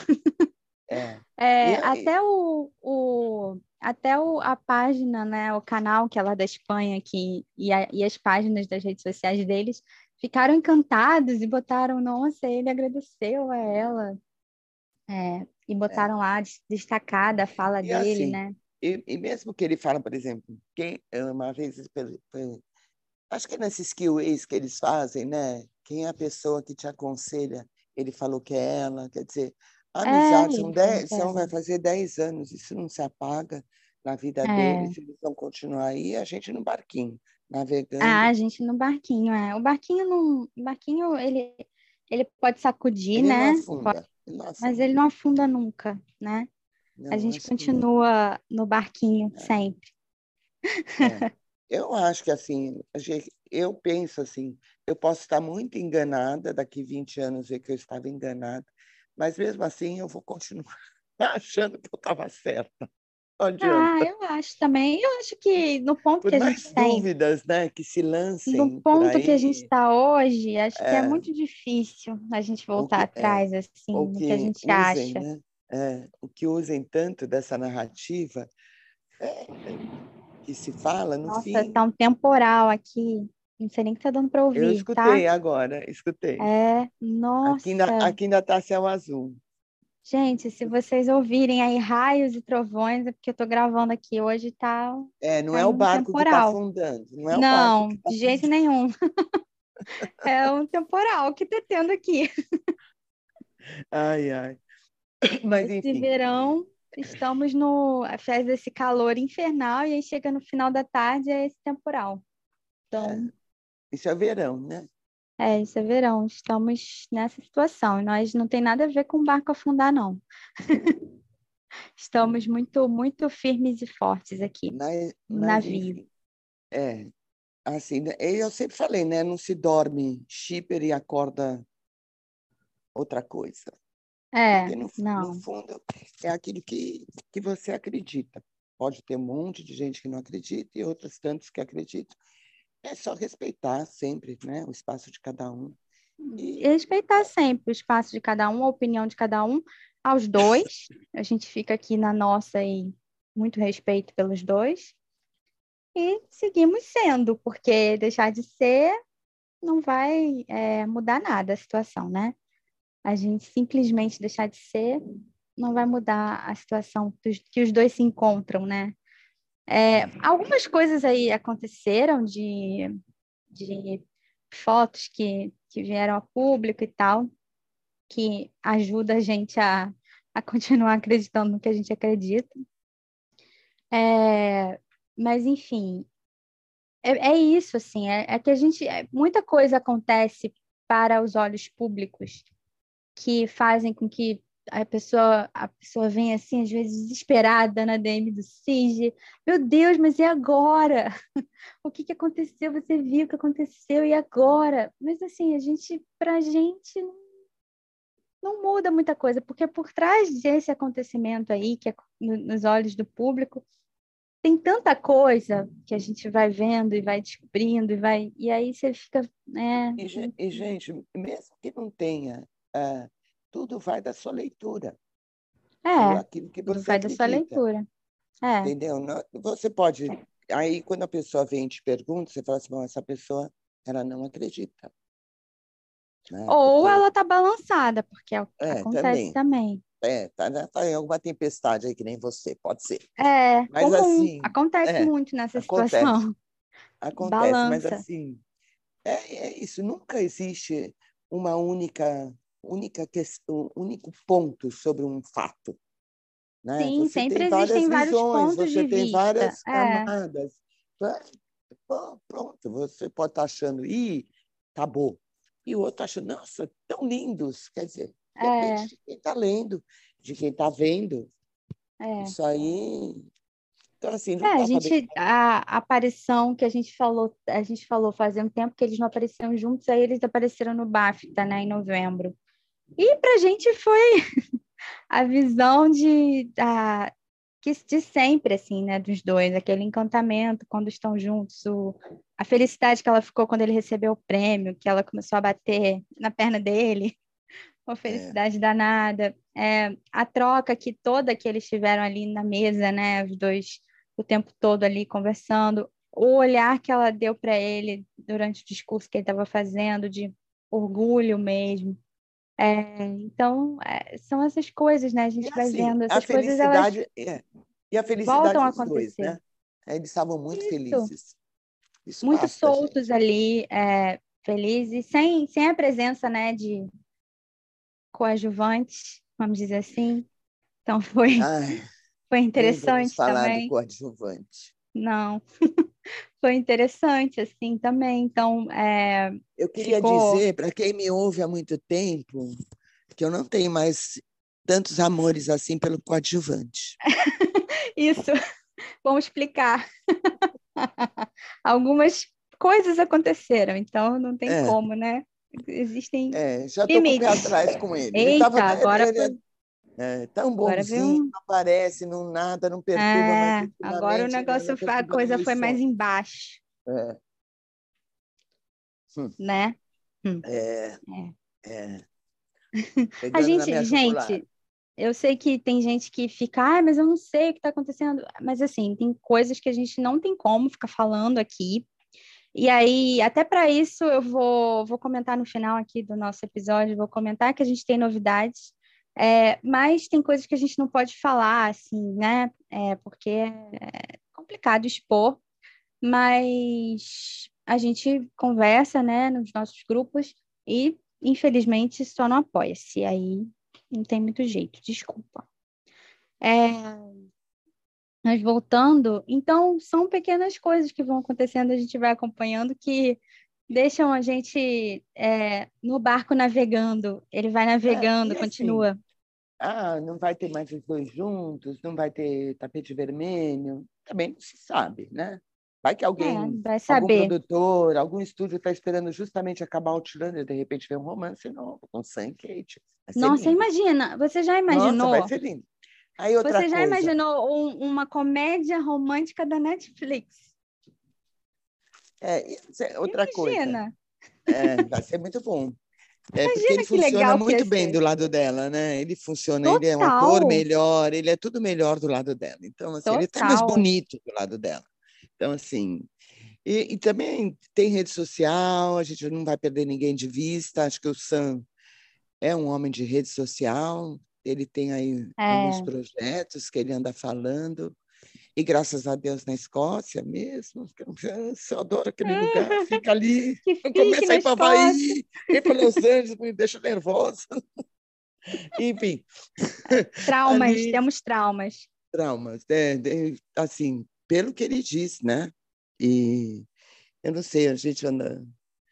Speaker 2: É. E
Speaker 1: É,
Speaker 2: aí,
Speaker 1: até o, o, até o, a página, né, o canal que é lá da Espanha que, e, a- e as páginas das redes sociais deles ficaram encantados e botaram, nossa, ele agradeceu a ela. É, e
Speaker 2: é.
Speaker 1: botaram lá des- destacada a fala
Speaker 2: E
Speaker 1: dele,
Speaker 2: assim,
Speaker 1: né?
Speaker 2: e, e mesmo que ele fala, por exemplo, quem uma vez, pelo- pelo- acho que é nesses Q As que eles fazem, né? Quem é a pessoa que te aconselha? Ele falou que é ela, quer dizer, a
Speaker 1: É,
Speaker 2: amizade são
Speaker 1: ele falou
Speaker 2: dez,
Speaker 1: que
Speaker 2: são,
Speaker 1: era.
Speaker 2: vai fazer dez anos, isso não se apaga na vida
Speaker 1: É.
Speaker 2: deles, eles vão continuar aí, a gente no barquinho,
Speaker 1: Ah,
Speaker 2: navegando.
Speaker 1: a gente no barquinho, é. O barquinho não, o barquinho ele, ele pode sacudir,
Speaker 2: Ele não
Speaker 1: né?
Speaker 2: afunda, ele não
Speaker 1: Mas ele
Speaker 2: afunda.
Speaker 1: não afunda nunca, né? A
Speaker 2: Não,
Speaker 1: gente
Speaker 2: acho que não.
Speaker 1: continua no barquinho
Speaker 2: É.
Speaker 1: sempre.
Speaker 2: É. Eu acho que assim, a gente- eu penso assim, eu posso estar muito enganada, daqui vinte anos ver que eu estava enganada, mas mesmo assim eu vou continuar achando que eu estava certa. Não
Speaker 1: Ah,
Speaker 2: adianta.
Speaker 1: eu acho também. Eu acho que no ponto
Speaker 2: Por
Speaker 1: que a gente
Speaker 2: mais
Speaker 1: tem,
Speaker 2: dúvidas, né, que se
Speaker 1: no
Speaker 2: lancem por
Speaker 1: ponto que a gente
Speaker 2: aí,
Speaker 1: está hoje, acho que é
Speaker 2: é,
Speaker 1: muito difícil a gente
Speaker 2: ou
Speaker 1: voltar
Speaker 2: que, é,
Speaker 1: atrás, assim,
Speaker 2: ou
Speaker 1: no que a
Speaker 2: que
Speaker 1: gente
Speaker 2: usem,
Speaker 1: acha.
Speaker 2: né, é, o que usem tanto dessa narrativa é, que se fala, no
Speaker 1: Nossa,
Speaker 2: fim,
Speaker 1: tá um temporal aqui. Não sei nem o que tá dando para
Speaker 2: eu
Speaker 1: ouvir, tá?
Speaker 2: escutei agora, escutei.
Speaker 1: É,
Speaker 2: Aqui ainda,
Speaker 1: nossa.
Speaker 2: aqui ainda está céu azul.
Speaker 1: Gente, se vocês ouvirem aí raios e trovões, é porque eu tô gravando aqui hoje, tá
Speaker 2: É, não é o
Speaker 1: caindo um
Speaker 2: barco que está
Speaker 1: temporal.
Speaker 2: afundando, não é o barco que
Speaker 1: Não,
Speaker 2: está
Speaker 1: de jeito
Speaker 2: afundando.
Speaker 1: nenhum. É um temporal que está tendo aqui.
Speaker 2: Ai, ai. Mas,
Speaker 1: Esse
Speaker 2: enfim,
Speaker 1: verão, estamos no... Faz esse calor infernal e aí chega no final da tarde é esse temporal.
Speaker 2: é,
Speaker 1: Então,
Speaker 2: isso é verão, né?
Speaker 1: é, isso é verão. Estamos nessa situação. E nós não tem nada a ver com o barco afundar, não. Estamos muito, muito firmes e fortes aqui
Speaker 2: Mas,
Speaker 1: no
Speaker 2: mas
Speaker 1: navio.
Speaker 2: enfim, é, assim, né, eu sempre falei, né? Não se dorme shipper e acorda outra coisa.
Speaker 1: É,
Speaker 2: Porque, no, no
Speaker 1: não.
Speaker 2: fundo, é aquilo que, que você acredita. Pode ter um monte de gente que não acredita e outras tantas que acreditam. É só respeitar sempre, né, o espaço de cada um.
Speaker 1: E
Speaker 2: E
Speaker 1: respeitar sempre o espaço de cada um, a opinião de cada um, aos dois. A gente fica aqui na nossa e muito respeito pelos dois. E seguimos sendo, porque deixar de ser não vai, é, mudar nada a situação, né? A gente simplesmente deixar de ser não vai mudar a situação dos- que os dois se encontram, né? É, algumas coisas aí aconteceram de, de fotos que, que vieram a público e tal, que ajuda a gente a, a continuar acreditando no que a gente acredita. É, mas, enfim, é, é isso, assim, é, é que a gente, é- muita coisa acontece para os olhos públicos que fazem com que a pessoa, a pessoa venha assim, às vezes desesperada na D M do SIG. Meu Deus, mas e agora? O que que aconteceu? Você viu o que aconteceu e agora? Mas assim, a gente, pra gente, não muda muita coisa, porque por trás desse acontecimento aí, que é no- nos olhos do público, tem tanta coisa que a gente vai vendo e vai descobrindo, e vai, e aí você fica, né?
Speaker 2: E, ge- e, gente, mesmo que não tenha, ah, tudo vai da sua leitura, do
Speaker 1: É,
Speaker 2: aquilo que
Speaker 1: tudo
Speaker 2: você
Speaker 1: vai da sua
Speaker 2: acredita,
Speaker 1: leitura. É.
Speaker 2: entendeu? Não- Você pode. Aí, quando a pessoa vem e te pergunta, você fala assim: bom, essa pessoa ela não acredita, né?
Speaker 1: Ou
Speaker 2: Porque,
Speaker 1: ela tá balançada, porque é o que
Speaker 2: é,
Speaker 1: acontece
Speaker 2: também,
Speaker 1: também.
Speaker 2: é, tá, né, tá em alguma tempestade aí que nem você, pode ser.
Speaker 1: É
Speaker 2: Mas
Speaker 1: comum,
Speaker 2: assim,
Speaker 1: acontece
Speaker 2: é,
Speaker 1: muito nessa
Speaker 2: acontece,
Speaker 1: situação.
Speaker 2: acontece, mas
Speaker 1: Balança.
Speaker 2: assim, é, é isso, nunca existe uma única, única questão, único ponto sobre um fato, né?
Speaker 1: Sim,
Speaker 2: Você
Speaker 1: sempre
Speaker 2: tem várias
Speaker 1: existem vários
Speaker 2: visões,
Speaker 1: pontos
Speaker 2: você
Speaker 1: de
Speaker 2: tem
Speaker 1: vista.
Speaker 2: várias
Speaker 1: É,
Speaker 2: camadas. Né? Pô, pronto, você pode estar achando, ih, acabou. E o outro acha, nossa, tão lindos. Quer dizer, depende
Speaker 1: é,
Speaker 2: de quem está lendo, de quem está vendo.
Speaker 1: é.
Speaker 2: Isso aí. Então, assim,
Speaker 1: É,
Speaker 2: não
Speaker 1: a
Speaker 2: dá para
Speaker 1: gente,
Speaker 2: deixar.
Speaker 1: a, a aparição que a gente falou, a gente falou fazia um tempo que eles não apareciam juntos, aí eles apareceram no BAFTA, né, em novembro. E pra gente foi a visão de, a, que, de sempre, assim, né, dos dois, aquele encantamento quando estão juntos, o, a felicidade que ela ficou quando ele recebeu o prêmio, que ela começou a bater na perna dele, uma
Speaker 2: É,
Speaker 1: felicidade danada. É, a troca que toda que eles tiveram ali na mesa, né, os dois o tempo todo ali conversando, o olhar que ela deu para ele durante o discurso que ele estava fazendo, de orgulho mesmo. É, então, é, são essas coisas, né? A
Speaker 2: e
Speaker 1: gente vai
Speaker 2: assim,
Speaker 1: vendo,
Speaker 2: a
Speaker 1: essas coisas elas
Speaker 2: felicidade. É, e a
Speaker 1: voltam
Speaker 2: felicidade
Speaker 1: a
Speaker 2: dos dois,
Speaker 1: acontecer.
Speaker 2: né? Eles estavam muito
Speaker 1: Isso,
Speaker 2: felizes. Isso
Speaker 1: muito
Speaker 2: basta,
Speaker 1: soltos
Speaker 2: gente.
Speaker 1: ali, é, felizes, sem, sem a presença, né, de coadjuvantes, vamos dizer assim. Então foi,
Speaker 2: Ai,
Speaker 1: foi
Speaker 2: nem vamos
Speaker 1: interessante
Speaker 2: falar do
Speaker 1: também.
Speaker 2: coadjuvante.
Speaker 1: Não, foi interessante assim também. Então, é,
Speaker 2: Eu queria
Speaker 1: ficou
Speaker 2: dizer, para quem me ouve há muito tempo, que eu não tenho mais tantos amores assim pelo coadjuvante.
Speaker 1: isso. Vamos explicar. Algumas coisas aconteceram, então não tem
Speaker 2: É,
Speaker 1: como, né? Existem
Speaker 2: é, já estou com o pé
Speaker 1: limites.
Speaker 2: atrás com ele. Ele
Speaker 1: Eita,
Speaker 2: estava
Speaker 1: agora
Speaker 2: ele
Speaker 1: foi,
Speaker 2: é, é, tão
Speaker 1: agora veio
Speaker 2: bonzinho,
Speaker 1: um.
Speaker 2: não aparece, não nada, não perturba, mas
Speaker 1: É, agora o
Speaker 2: ultimamente ele anda
Speaker 1: negócio, foi- a
Speaker 2: perturbando
Speaker 1: coisa foi
Speaker 2: meus
Speaker 1: mais
Speaker 2: sonhos.
Speaker 1: embaixo,
Speaker 2: É, hum,
Speaker 1: né? Hum,
Speaker 2: é,
Speaker 1: é.
Speaker 2: é,
Speaker 1: A
Speaker 2: pegando na
Speaker 1: gente,
Speaker 2: minha jugular.
Speaker 1: gente, eu sei que tem gente que fica, ah, mas eu não sei o que está acontecendo. Mas assim, tem coisas que a gente não tem como ficar falando aqui. E aí, até para isso, eu vou, vou comentar no final aqui do nosso episódio, vou comentar que a gente tem novidades, é, mas tem coisas que a gente não pode falar, assim, né? É, porque é complicado expor, mas a gente conversa, né, nos nossos grupos e, infelizmente, só não apoia-se. Aí não tem muito jeito, desculpa. É, mas voltando, então são pequenas coisas que vão acontecendo, a gente vai acompanhando que deixam a gente é, no barco navegando. Ele vai
Speaker 2: É,
Speaker 1: navegando,
Speaker 2: e assim,
Speaker 1: continua.
Speaker 2: ah, não vai ter mais os dois juntos, não vai ter tapete vermelho, também não se sabe, né? Vai que
Speaker 1: É,
Speaker 2: alguém,
Speaker 1: vai
Speaker 2: algum
Speaker 1: saber.
Speaker 2: produtor, algum estúdio está esperando justamente acabar Outlander, de repente vem um romance novo com Sam e Kate. Vai ser
Speaker 1: Nossa,
Speaker 2: lindo.
Speaker 1: imagina, você já
Speaker 2: Nossa, vai
Speaker 1: imaginou?
Speaker 2: ser lindo. Aí outra
Speaker 1: Você já
Speaker 2: coisa,
Speaker 1: imaginou um- uma comédia romântica da Netflix?
Speaker 2: é, isso é outra coisa,
Speaker 1: Imagina,
Speaker 2: é, vai ser muito bom. É porque ele
Speaker 1: imagina que
Speaker 2: funciona
Speaker 1: legal que ia
Speaker 2: muito bem
Speaker 1: ser.
Speaker 2: do lado dela, né? Ele funciona, ele é um ator
Speaker 1: Total,
Speaker 2: melhor, ele é tudo melhor do lado dela. Então, assim, ele é até mais
Speaker 1: total.
Speaker 2: bonito do lado dela. Então, assim, e, e também tem rede social, a gente não vai perder ninguém de vista. Acho que o Sam é um homem de rede social, ele tem aí alguns
Speaker 1: É.
Speaker 2: projetos que ele anda falando. E graças a Deus na Escócia mesmo, que eu eu adoro aquele lugar, fica ali,
Speaker 1: Que
Speaker 2: não
Speaker 1: fique
Speaker 2: começa a
Speaker 1: na
Speaker 2: ir para
Speaker 1: Escócia.
Speaker 2: Havaí, ir para Los Angeles, me deixa nervosa. Enfim,
Speaker 1: Traumas,
Speaker 2: ali,
Speaker 1: temos traumas.
Speaker 2: traumas, né? De- assim, pelo que ele diz, né? E eu não sei, a gente anda.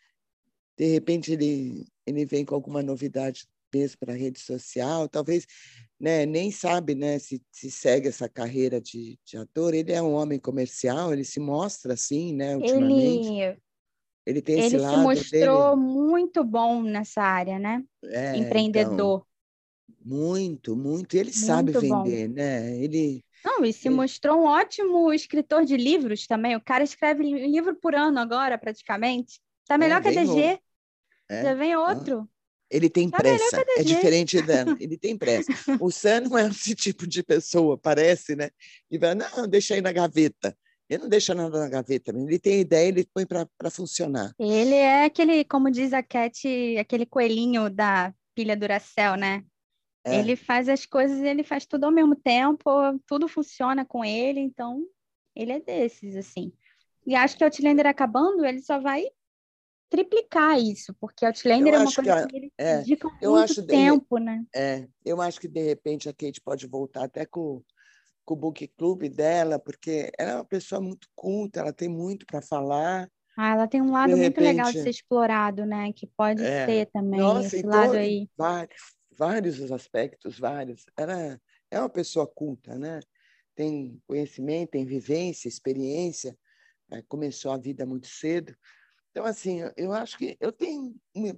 Speaker 2: De repente, ele, ele vem com alguma novidade mesmo para a rede social, talvez, né, nem sabe, né, se, se segue essa carreira de, de ator. Ele é um homem comercial, ele se mostra assim, né, ultimamente.
Speaker 1: Ele,
Speaker 2: Ele tem esse
Speaker 1: ele se
Speaker 2: lado
Speaker 1: mostrou
Speaker 2: dele,
Speaker 1: muito bom nessa área, né?
Speaker 2: é, então,
Speaker 1: Empreendedor,
Speaker 2: muito, muito. E ele sabe
Speaker 1: muito bom.
Speaker 2: vender, né? Ele,
Speaker 1: Não, e se
Speaker 2: ele
Speaker 1: mostrou um ótimo escritor de livros também. O cara escreve li- livro por ano agora, praticamente. Tá
Speaker 2: é,
Speaker 1: melhor que a
Speaker 2: vem no,
Speaker 1: D G. Já
Speaker 2: é,
Speaker 1: vem
Speaker 2: ah,
Speaker 1: outro.
Speaker 2: ele tem
Speaker 1: Tá melhor que a
Speaker 2: pressa, é
Speaker 1: D G.
Speaker 2: diferente dela, ele tem pressa. O Sam não é esse tipo de pessoa, parece, né? E vai, não, deixa aí na gaveta. Ele não deixa nada na gaveta, ele tem ideia, ele põe para funcionar.
Speaker 1: Ele é aquele, como diz a Cat, aquele coelhinho da pilha Duracell, né?
Speaker 2: É,
Speaker 1: Ele faz as coisas, ele faz tudo ao mesmo tempo, tudo funciona com ele, então ele é desses, assim. E acho que o Outlander acabando, ele só vai triplicar isso, porque
Speaker 2: eu
Speaker 1: Outlander é uma
Speaker 2: acho que
Speaker 1: coisa
Speaker 2: a,
Speaker 1: que eles
Speaker 2: é,
Speaker 1: dedicam
Speaker 2: eu
Speaker 1: muito
Speaker 2: acho de,
Speaker 1: tempo, né?
Speaker 2: é, eu acho que de repente a Kate pode voltar até com, com o book club dela, porque ela é uma pessoa muito culta, ela tem muito para falar.
Speaker 1: Ah, ela tem um
Speaker 2: De
Speaker 1: lado muito legal de ser
Speaker 2: repente,
Speaker 1: explorado, né? Que pode
Speaker 2: é,
Speaker 1: ser também
Speaker 2: nossa,
Speaker 1: esse
Speaker 2: então,
Speaker 1: lado
Speaker 2: em
Speaker 1: aí.
Speaker 2: vários, vários os aspectos, vários. Ela é uma pessoa culta, né? Tem conhecimento, tem vivência, experiência, né? Começou a vida muito cedo. Então, assim, eu acho que eu tenho uma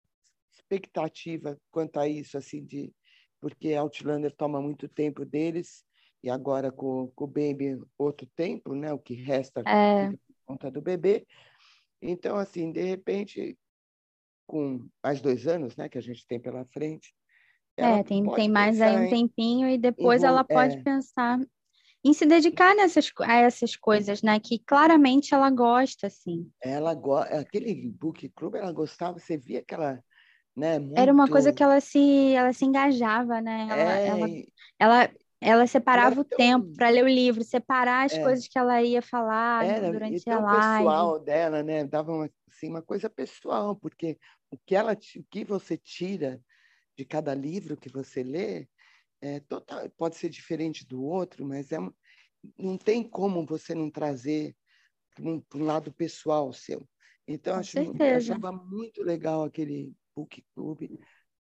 Speaker 2: expectativa quanto a isso, assim, de porque Outlander toma muito tempo deles e agora com, com o Baby outro tempo, né? O que resta
Speaker 1: É,
Speaker 2: fica por conta do bebê. Então, assim, de repente, com mais dois anos, né, que a gente tem pela frente, ela
Speaker 1: é, tem, tem
Speaker 2: pode
Speaker 1: mais aí
Speaker 2: pensar
Speaker 1: um
Speaker 2: em,
Speaker 1: tempinho e
Speaker 2: em
Speaker 1: depois ela
Speaker 2: vol-
Speaker 1: pode
Speaker 2: é,
Speaker 1: pensar em se dedicar nessas, co- a essas coisas, né? Que claramente ela gosta, assim.
Speaker 2: ela go- aquele book club, ela gostava, você via que ela, né,
Speaker 1: Era uma coisa que
Speaker 2: muito,
Speaker 1: ela se, ela se engajava, né? Ela, ela,
Speaker 2: é,
Speaker 1: ela, ela
Speaker 2: e era
Speaker 1: separava o tempo
Speaker 2: tão,
Speaker 1: para ler o livro, separar as
Speaker 2: é,
Speaker 1: coisas que ela ia falar
Speaker 2: era e
Speaker 1: durante a
Speaker 2: tão
Speaker 1: live.
Speaker 2: pessoal dela, né, dava uma, assim, uma coisa pessoal, porque o que ela, ti- o que você tira de cada livro que você lê é total, pode ser diferente do outro, mas é, um- não tem como você não trazer para um, para um lado pessoal seu. Então,
Speaker 1: Com
Speaker 2: acho, eu
Speaker 1: certeza.
Speaker 2: achava muito legal aquele book club.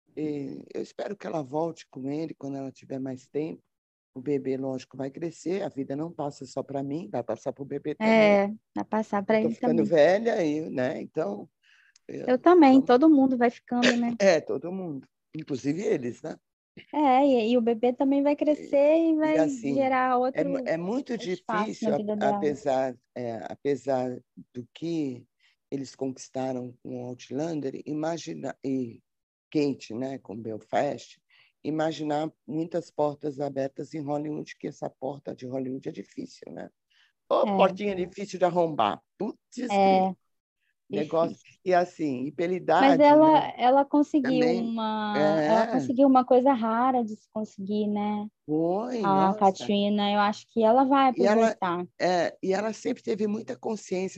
Speaker 2: E eu espero que ela volte com ele quando ela tiver mais tempo. O bebê, lógico, vai crescer. A vida não passa só para mim, vai passar para o bebê também.
Speaker 1: É, vai passar
Speaker 2: Eu
Speaker 1: para
Speaker 2: estou
Speaker 1: ele
Speaker 2: ficando
Speaker 1: também.
Speaker 2: velha, e, né? Então,
Speaker 1: Eu
Speaker 2: eu,
Speaker 1: também,
Speaker 2: vamos...
Speaker 1: todo mundo vai ficando, né?
Speaker 2: é, todo mundo, inclusive eles, né?
Speaker 1: É, e, e o bebê também vai
Speaker 2: E,
Speaker 1: crescer e
Speaker 2: e
Speaker 1: vai
Speaker 2: assim,
Speaker 1: gerar
Speaker 2: é,
Speaker 1: outro
Speaker 2: é muito
Speaker 1: espaço na
Speaker 2: difícil,
Speaker 1: vida dela.
Speaker 2: apesar, é, apesar do que eles conquistaram com Outlander, imaginar, e Kate, né, com Belfast, imaginar muitas portas abertas em Hollywood, que essa porta de Hollywood é difícil, né? Ô,
Speaker 1: É,
Speaker 2: portinha difícil de arrombar. Putz,
Speaker 1: é
Speaker 2: grilo. Negócio.
Speaker 1: difícil.
Speaker 2: E assim, e pela
Speaker 1: Mas
Speaker 2: idade,
Speaker 1: ela,
Speaker 2: né?
Speaker 1: ela conseguiu
Speaker 2: Também.
Speaker 1: uma, ela
Speaker 2: É,
Speaker 1: conseguiu uma coisa rara de se conseguir, né?
Speaker 2: foi,
Speaker 1: A
Speaker 2: nossa.
Speaker 1: Katrina, eu acho que ela vai
Speaker 2: E ela,
Speaker 1: aproveitar.
Speaker 2: é, e ela sempre teve muita consciência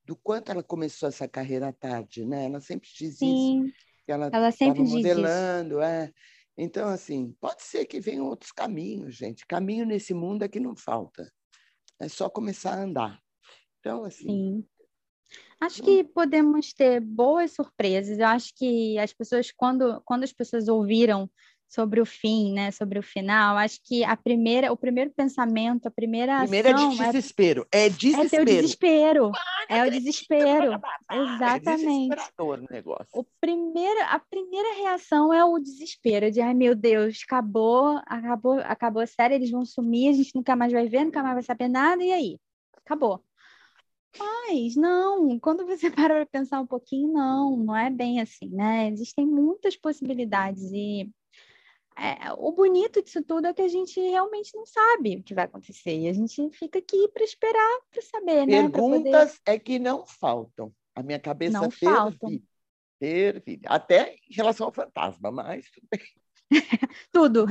Speaker 2: do quanto ela começou essa carreira tarde, né? Ela sempre diz isso,
Speaker 1: Sim,
Speaker 2: que ela
Speaker 1: ela
Speaker 2: estava
Speaker 1: sempre diz isso.
Speaker 2: modelando, é. Então, assim, pode ser que venham outros caminhos, gente. Caminho nesse mundo é que não falta. É só começar a andar. Então, assim,
Speaker 1: Sim. Acho
Speaker 2: não,
Speaker 1: que podemos ter boas surpresas. Eu acho que as pessoas, quando, quando as pessoas ouviram sobre o fim, né, sobre o final, acho que a primeira, o primeiro pensamento, a primeira
Speaker 2: primeiro é de
Speaker 1: ação é,
Speaker 2: desespero. É
Speaker 1: é ter o
Speaker 2: desespero.
Speaker 1: desespero.
Speaker 2: Ai, não
Speaker 1: É o
Speaker 2: acredito, não vai
Speaker 1: desespero.
Speaker 2: acabar. É
Speaker 1: Exatamente.
Speaker 2: desesperador o negócio.
Speaker 1: O primeiro, a primeira reação é o desespero de, ai meu Deus, acabou, acabou, acabou a série, eles vão sumir, a gente nunca mais vai ver, nunca mais vai saber nada, e aí? Acabou. Mas não, quando você para para pensar um pouquinho, não, não é bem assim, né? Existem muitas possibilidades e é, o bonito disso tudo é que a gente realmente não sabe o que vai acontecer e a gente fica aqui para esperar para saber, né? Para poder.
Speaker 2: Perguntas é que não faltam. A minha cabeça
Speaker 1: Não faltam.
Speaker 2: fervilha, fervilha. Até em relação ao fantasma, mas tudo bem.
Speaker 1: Tudo.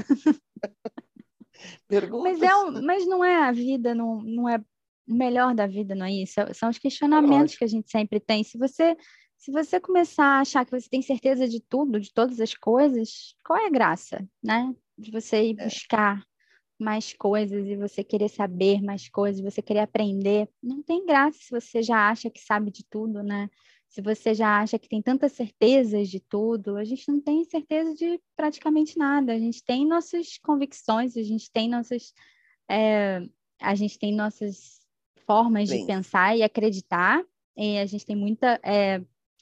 Speaker 1: Mas, é
Speaker 2: Perguntas,
Speaker 1: um, mas não é a vida, não, não é o melhor da vida, não é isso? São os
Speaker 2: é
Speaker 1: questionamentos que
Speaker 2: lógico.
Speaker 1: a gente sempre tem. Se você, se você começar a achar que você tem certeza de tudo, de todas as coisas, qual é a graça, né? De você ir
Speaker 2: É,
Speaker 1: buscar mais coisas e você querer saber mais coisas, você querer aprender. Não tem graça se você já acha que sabe de tudo, né? Se você já acha que tem tantas certezas de tudo, a gente não tem certeza de praticamente nada. A gente tem nossas convicções, a gente tem nossas, é, a gente tem nossas formas de
Speaker 2: crença.
Speaker 1: pensar e acreditar. E a gente tem muita, é,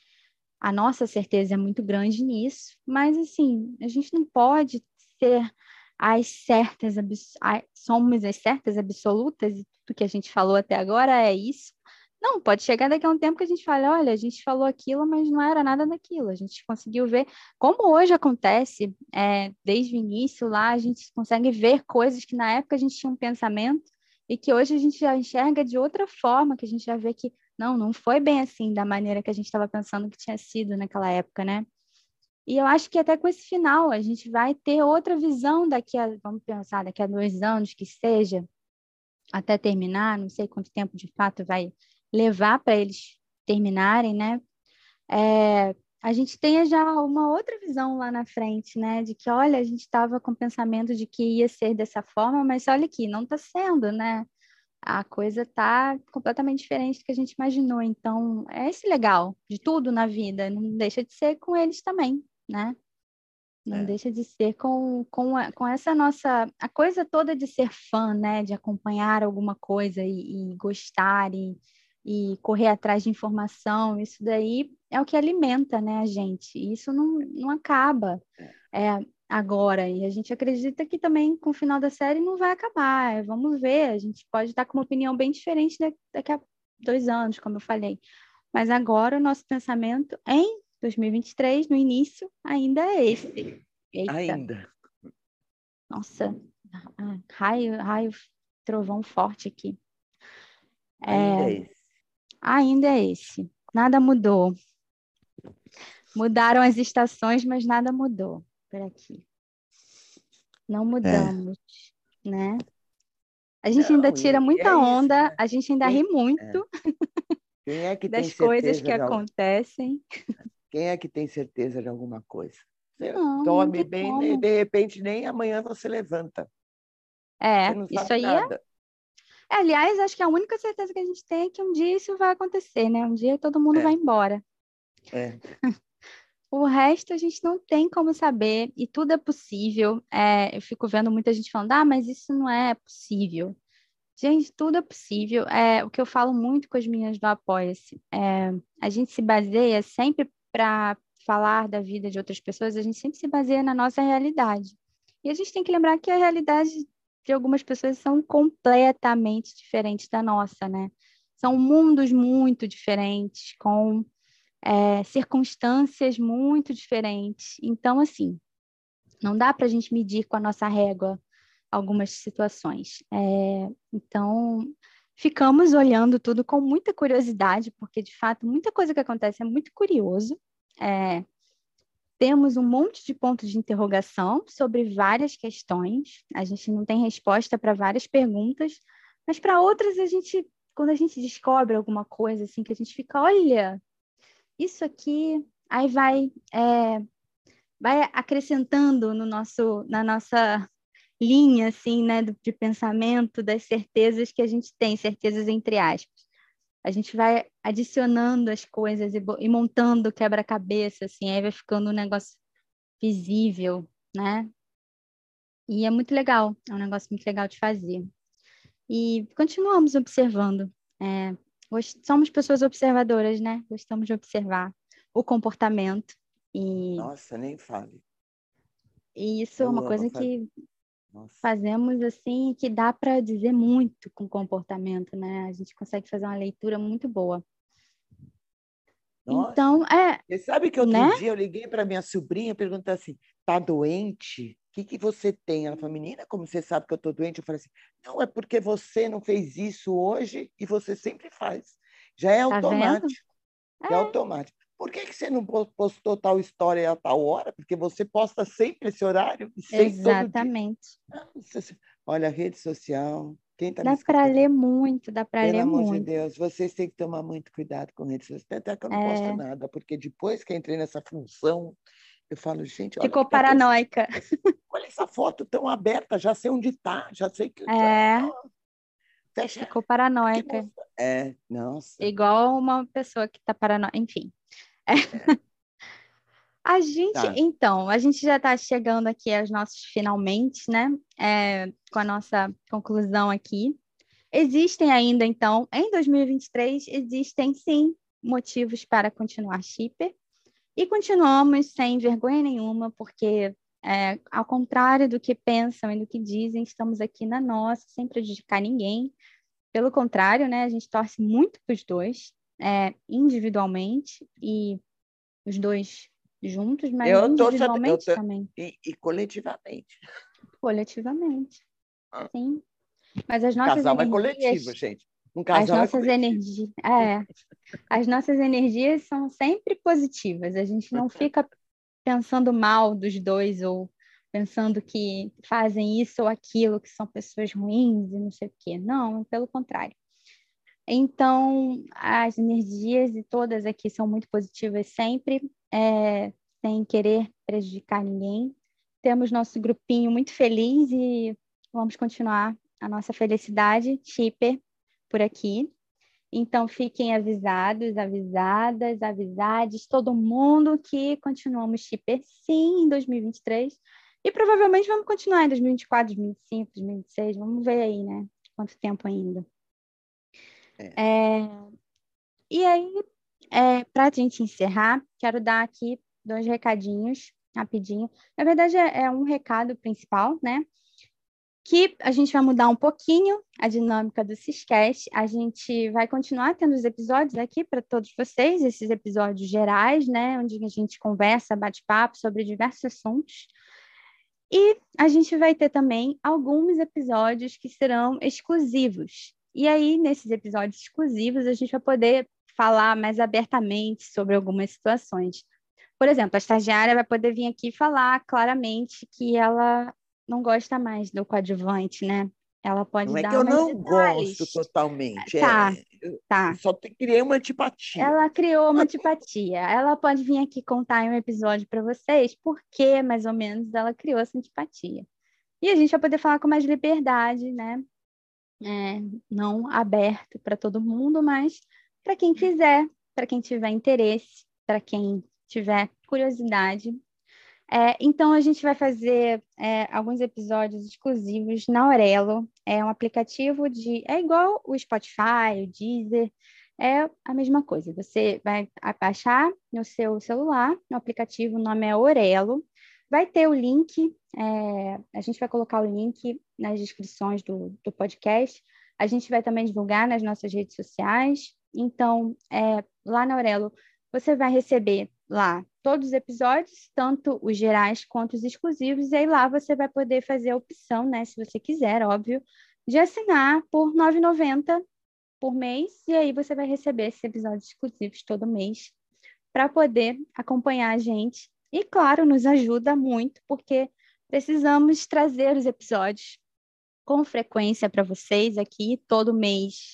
Speaker 1: a nossa certeza é muito grande nisso, mas assim, a gente não pode ser as certas, abs- a- somos as certas absolutas, e tudo que a gente falou até agora é isso. Não, pode chegar daqui a um tempo que a gente fala, olha, a gente falou aquilo, mas não era nada daquilo. A gente conseguiu ver, como hoje acontece, é, desde o início lá, a gente consegue ver coisas que na época a gente tinha um pensamento e que hoje a gente já enxerga de outra forma, que a gente já vê que não, não foi bem assim, da maneira que a gente estava pensando que tinha sido naquela época, né? E eu acho que até com esse final a gente vai ter outra visão daqui a, vamos pensar, daqui a dois anos que seja, até terminar, não sei quanto tempo de fato vai levar para eles terminarem, né? É, a gente tenha já uma outra visão lá na frente, né? De que, olha, a gente estava com o pensamento de que ia ser dessa forma, mas olha aqui, não está sendo, né? A coisa tá completamente diferente do que a gente imaginou. Então, é esse legal de tudo na vida. Não deixa de ser com eles também, né? Não
Speaker 2: É,
Speaker 1: deixa de ser com, com, a- com essa nossa... A coisa toda de ser fã, né? De acompanhar alguma coisa e, e gostar e, e correr atrás de informação. Isso daí é o que alimenta, né, a gente. E isso não, não acaba.
Speaker 2: é.
Speaker 1: É, agora. E a gente acredita que também com o final da série não vai acabar. É, vamos ver, a gente pode estar com uma opinião bem diferente da- daqui a dois anos, como eu falei. Mas agora o nosso pensamento em dois mil e vinte e três, no início, ainda é esse. Eita,
Speaker 2: Ainda,
Speaker 1: nossa, ah, raio, raio, trovão forte aqui.
Speaker 2: ainda é
Speaker 1: É,
Speaker 2: esse.
Speaker 1: ainda é esse. Nada mudou. Mudaram as estações, mas nada mudou por aqui. Não
Speaker 2: É.
Speaker 1: mudamos, né? A gente ainda
Speaker 2: Não,
Speaker 1: tira
Speaker 2: e, e é
Speaker 1: muita
Speaker 2: isso,
Speaker 1: onda,
Speaker 2: né?
Speaker 1: a gente ainda ri
Speaker 2: Quem, é,
Speaker 1: muito
Speaker 2: quem é que tem
Speaker 1: das coisas que
Speaker 2: certeza de, al-
Speaker 1: acontecem.
Speaker 2: quem é que tem certeza de alguma coisa? Você
Speaker 1: Não, não
Speaker 2: dorme
Speaker 1: tem
Speaker 2: bem, e
Speaker 1: como.
Speaker 2: de repente nem amanhã você levanta. Você
Speaker 1: É,
Speaker 2: não
Speaker 1: isso
Speaker 2: sabe
Speaker 1: aí é.
Speaker 2: nada.
Speaker 1: Aliás, acho que a única certeza que a gente tem é que um dia isso vai acontecer, né? Um dia todo mundo vai
Speaker 2: É,
Speaker 1: embora.
Speaker 2: é,
Speaker 1: O resto a gente não tem como saber e tudo é possível. É, eu fico vendo muita gente falando, ah, mas isso não é possível. Gente, tudo é possível. É o que eu falo muito com as meninas do Apoia-se. É, a gente se baseia sempre para falar da vida de outras pessoas, a gente sempre se baseia na nossa realidade. E a gente tem que lembrar que a realidade de algumas pessoas são completamente diferentes da nossa, né? São mundos muito diferentes, com é, circunstâncias muito diferentes. Então, assim, não dá para a gente medir com a nossa régua algumas situações. É, então, ficamos olhando tudo com muita curiosidade, porque, de fato, muita coisa que acontece é muito curioso. É, temos um monte de pontos de interrogação sobre várias questões. A gente não tem resposta para várias perguntas, mas para outras a gente quando a gente descobre alguma coisa, assim, que a gente fica, olha, isso aqui, aí vai, é, vai acrescentando no nosso, na nossa linha, assim, né, do- de pensamento, das certezas que a gente tem, certezas entre aspas. A gente vai adicionando as coisas e, bo- e montando o quebra-cabeça, assim, aí vai ficando um negócio visível, né? E é muito legal, é um negócio muito legal de fazer. E continuamos observando. É, gos- somos pessoas observadoras, né? Gostamos de observar o comportamento. E,
Speaker 2: Nossa, nem fale.
Speaker 1: e isso é
Speaker 2: Eu
Speaker 1: uma
Speaker 2: amo
Speaker 1: coisa
Speaker 2: fazer.
Speaker 1: que
Speaker 2: Nossa.
Speaker 1: fazemos assim, que dá para dizer muito com o comportamento, né? A gente consegue fazer uma leitura muito boa.
Speaker 2: Nossa.
Speaker 1: Então, é,
Speaker 2: Você sabe que outro
Speaker 1: né?
Speaker 2: dia eu liguei para minha sobrinha e perguntei assim: tá doente? O que que você tem? Ela falou: menina, como você sabe que eu tô doente? Eu falei assim: não, é porque você não fez isso hoje e você sempre faz. Já é
Speaker 1: Tá vendo?
Speaker 2: automático, é
Speaker 1: É,
Speaker 2: automático. Por que que você não po- postou tal história a tal hora? Porque você posta sempre esse horário e sempre todo dia.
Speaker 1: exatamente.
Speaker 2: Ah, você- Olha, rede social, quem está me
Speaker 1: Dá para
Speaker 2: escutando?
Speaker 1: ler muito, dá para
Speaker 2: Pelo
Speaker 1: ler
Speaker 2: amor de
Speaker 1: muito.
Speaker 2: Deus, vocês têm que tomar muito cuidado com redes sociais. Até que eu não posto
Speaker 1: É,
Speaker 2: nada, porque depois que eu entrei nessa função, eu falo, gente, olha o que
Speaker 1: ficou
Speaker 2: está acontecendo.
Speaker 1: paranoica.
Speaker 2: Olha essa foto tão aberta, já sei onde está, já sei que.
Speaker 1: É,
Speaker 2: Fecha.
Speaker 1: ficou
Speaker 2: Por que
Speaker 1: paranoica.
Speaker 2: mostra? É, nossa.
Speaker 1: Igual uma pessoa que tá paranoica. Enfim.
Speaker 2: É,
Speaker 1: A gente,
Speaker 2: tá.
Speaker 1: então, a gente já está chegando aqui aos nossos finalmente, né? É, com a nossa conclusão aqui. Existem ainda, então, em dois mil e vinte e três, existem sim motivos para continuar shipper. E continuamos sem vergonha nenhuma, porque, é, ao contrário do que pensam e do que dizem, estamos aqui na nossa, sem prejudicar ninguém. Pelo contrário, né? A gente torce muito para os dois, é, individualmente e os dois juntos, mas
Speaker 2: Eu tô, eu
Speaker 1: individualmente
Speaker 2: tô,
Speaker 1: também,
Speaker 2: e, e coletivamente.
Speaker 1: coletivamente, sim. Mas as
Speaker 2: Um
Speaker 1: nossas
Speaker 2: casal é coletivo,
Speaker 1: energias,
Speaker 2: gente. Um
Speaker 1: as
Speaker 2: casal é
Speaker 1: nossas
Speaker 2: coletivo.
Speaker 1: energias, é, as nossas energias são sempre positivas. A gente não fica pensando mal dos dois ou pensando que fazem isso ou aquilo, que são pessoas ruins e não sei o quê. Não, pelo contrário. Então, as energias e todas aqui são muito positivas sempre, é, sem querer prejudicar ninguém. Temos nosso grupinho muito feliz e vamos continuar a nossa felicidade, shipper, por aqui. Então, fiquem avisados, avisadas, avisades, todo mundo que continuamos shipper sim em dois mil e vinte e três. E provavelmente vamos continuar em dois mil e vinte e quatro, dois mil e vinte e cinco, dois mil e vinte e seis. Vamos ver aí, né? Quanto tempo ainda.
Speaker 2: É,
Speaker 1: É, e aí, é, para a gente encerrar, quero dar aqui dois recadinhos rapidinho. Na verdade, é, é um recado principal, né? Que a gente vai mudar um pouquinho a dinâmica do Ciscast. A gente vai continuar tendo os episódios aqui para todos vocês, esses episódios gerais, né? Onde a gente conversa, bate papo sobre diversos assuntos. E a gente vai ter também alguns episódios que serão exclusivos. E aí, nesses episódios exclusivos, a gente vai poder falar mais abertamente sobre algumas situações. Por exemplo, a estagiária vai poder vir aqui falar claramente que ela não gosta mais do coadjuvante, né? Ela pode
Speaker 2: não é que
Speaker 1: dar
Speaker 2: eu
Speaker 1: mais
Speaker 2: não gosto
Speaker 1: detalhes.
Speaker 2: totalmente,
Speaker 1: Tá,
Speaker 2: é, eu
Speaker 1: tá.
Speaker 2: só te- criei uma antipatia.
Speaker 1: Ela criou uma antipatia. Ela pode vir aqui contar em um episódio para vocês por que, mais ou menos, ela criou essa antipatia. E a gente vai poder falar com mais liberdade, né? É, não aberto para todo mundo, mas para quem quiser, para quem tiver interesse, para quem tiver curiosidade. É, então, a gente vai fazer é, alguns episódios exclusivos na Aurelo. É um aplicativo de. É igual o Spotify, o Deezer, é a mesma coisa. Você vai baixar no seu celular, no aplicativo, o nome é Aurelo. Vai ter o link, é, a gente vai colocar o link nas descrições do, do podcast. A gente vai também divulgar nas nossas redes sociais. Então, é, lá na Aurelo, você vai receber lá todos os episódios, tanto os gerais quanto os exclusivos, e aí lá você vai poder fazer a opção, né, se você quiser, óbvio, de assinar por R$ nove reais e noventa centavos por mês, e aí você vai receber esses episódios exclusivos todo mês para poder acompanhar a gente. E, claro, nos ajuda muito, porque precisamos trazer os episódios com frequência para vocês aqui, todo mês.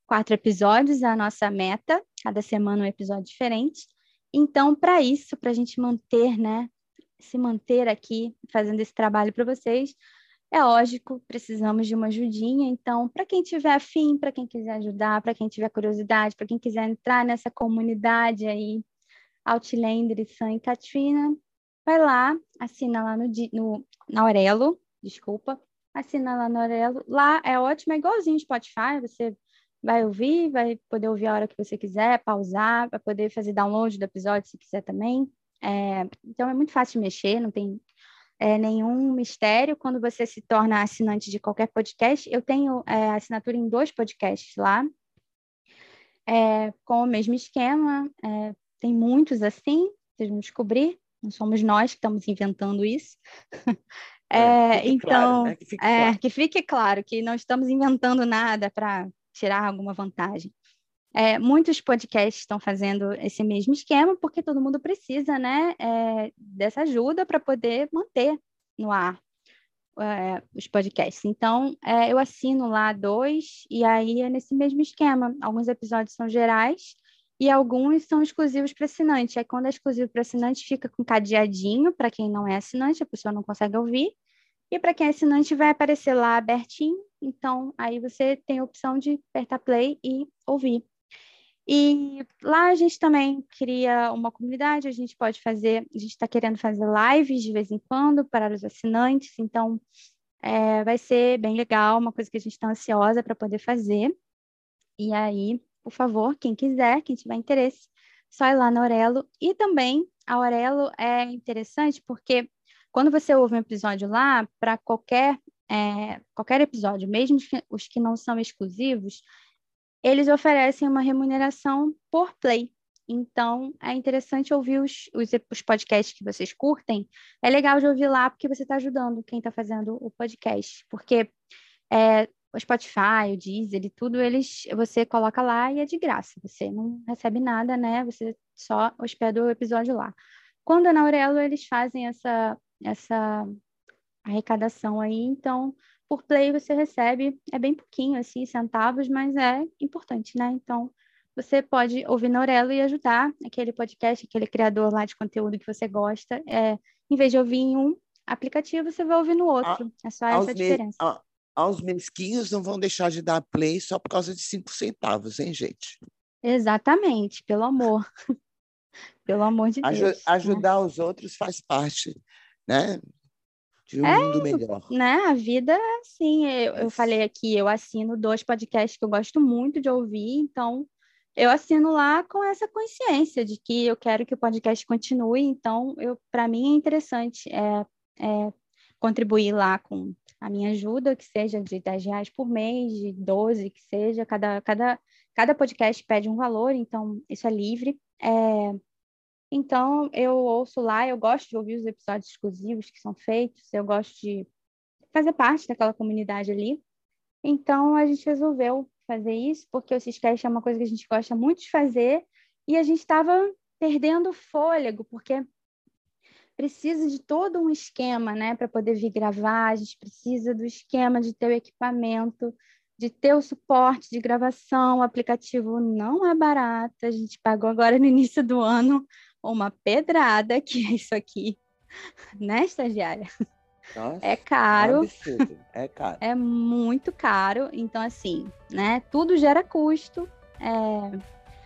Speaker 1: quatro episódios é a nossa meta, cada semana um episódio diferente. Então, para isso, para a gente manter, né, se manter aqui fazendo esse trabalho para vocês, é lógico, precisamos de uma ajudinha. Então, para quem tiver afim, para quem quiser ajudar, para quem tiver curiosidade, para quem quiser entrar nessa comunidade aí, Outlander, Sam e Katrina, vai lá, assina lá no, no, na Aurelo, desculpa, assina lá no Aurelo. Lá é ótimo, é igualzinho o Spotify, você vai ouvir, vai poder ouvir a hora que você quiser, pausar, vai poder fazer download do episódio se quiser também. É, então, é muito fácil de mexer, não tem é, nenhum mistério quando você se torna assinante de qualquer podcast. Eu tenho é, assinatura em dois podcasts lá, é, com o mesmo esquema. É, tem muitos assim, vocês vão descobrir, não somos nós que estamos inventando isso.
Speaker 2: É,
Speaker 1: é, então, claro, né?
Speaker 2: que, fique
Speaker 1: é,
Speaker 2: claro.
Speaker 1: que fique claro que não estamos inventando nada para tirar alguma vantagem. É, muitos podcasts estão fazendo esse mesmo esquema, porque todo mundo precisa, né, é, dessa ajuda para poder manter no ar é, os podcasts. Então, é, eu assino lá dois, e aí é nesse mesmo esquema. Alguns episódios são gerais e alguns são exclusivos para assinante. Aí, quando é exclusivo para assinante, fica com cadeadinho para quem não é assinante, a pessoa não consegue ouvir. E para quem é assinante, vai aparecer lá abertinho. Então, aí você tem a opção de apertar play e ouvir. E lá a gente também cria uma comunidade, a gente pode fazer, a gente está querendo fazer lives de vez em quando para os assinantes, então é, vai ser bem legal, uma coisa que a gente está ansiosa para poder fazer. E aí, por favor, quem quiser, quem tiver interesse, só ir lá na Aurelo. E também a Aurelo é interessante porque quando você ouve um episódio lá, para qualquer, é, qualquer episódio, mesmo os que não são exclusivos, eles oferecem uma remuneração por play. Então, é interessante ouvir os, os, os podcasts que vocês curtem. É legal de ouvir lá, porque você está ajudando quem está fazendo o podcast. Porque é, o Spotify, o Deezer e tudo, eles, você coloca lá e é de graça. Você não recebe nada, né? Você só hospeda o episódio lá. Quando é na Aurelo, eles fazem essa, essa arrecadação aí. Então, por play você recebe, é bem pouquinho, assim, centavos, mas é importante, né? Então, você pode ouvir na Aurelo e ajudar aquele podcast, aquele criador lá de conteúdo que você gosta. É, em vez de ouvir em um aplicativo, você vai ouvir no outro. É só essa a diferença.
Speaker 2: Me... Aos mesquinhos não vão deixar de dar play só por causa de cinco centavos, hein, gente?
Speaker 1: Exatamente, pelo amor. Pelo amor de
Speaker 2: Aju
Speaker 1: Deus.
Speaker 2: Ajudar
Speaker 1: né?
Speaker 2: os outros faz parte, né? De um
Speaker 1: é,
Speaker 2: mundo melhor.
Speaker 1: Né? A vida é assim. Eu, eu falei aqui, eu assino dois podcasts que eu gosto muito de ouvir, então eu assino lá com essa consciência de que eu quero que o podcast continue. Então, para mim é interessante é, é, contribuir lá com a minha ajuda, que seja de dez reais por mês, de doze, que seja. Cada, cada, cada podcast pede um valor, então isso é livre. É, Então, eu ouço lá, eu gosto de ouvir os episódios exclusivos que são feitos, eu gosto de fazer parte daquela comunidade ali. Então, a gente resolveu fazer isso, porque o Ciscast é uma coisa que a gente gosta muito de fazer, e a gente estava perdendo fôlego, porque precisa de todo um esquema, né, para poder vir gravar, a gente precisa do esquema de ter o equipamento, de ter o suporte de gravação, o aplicativo não é barato, a gente pagou agora no início do ano uma pedrada, que é isso aqui, né, estagiária?
Speaker 2: Nossa,
Speaker 1: é caro.
Speaker 2: É um absurdo, é caro.
Speaker 1: É muito caro, então assim, né, tudo gera custo, é,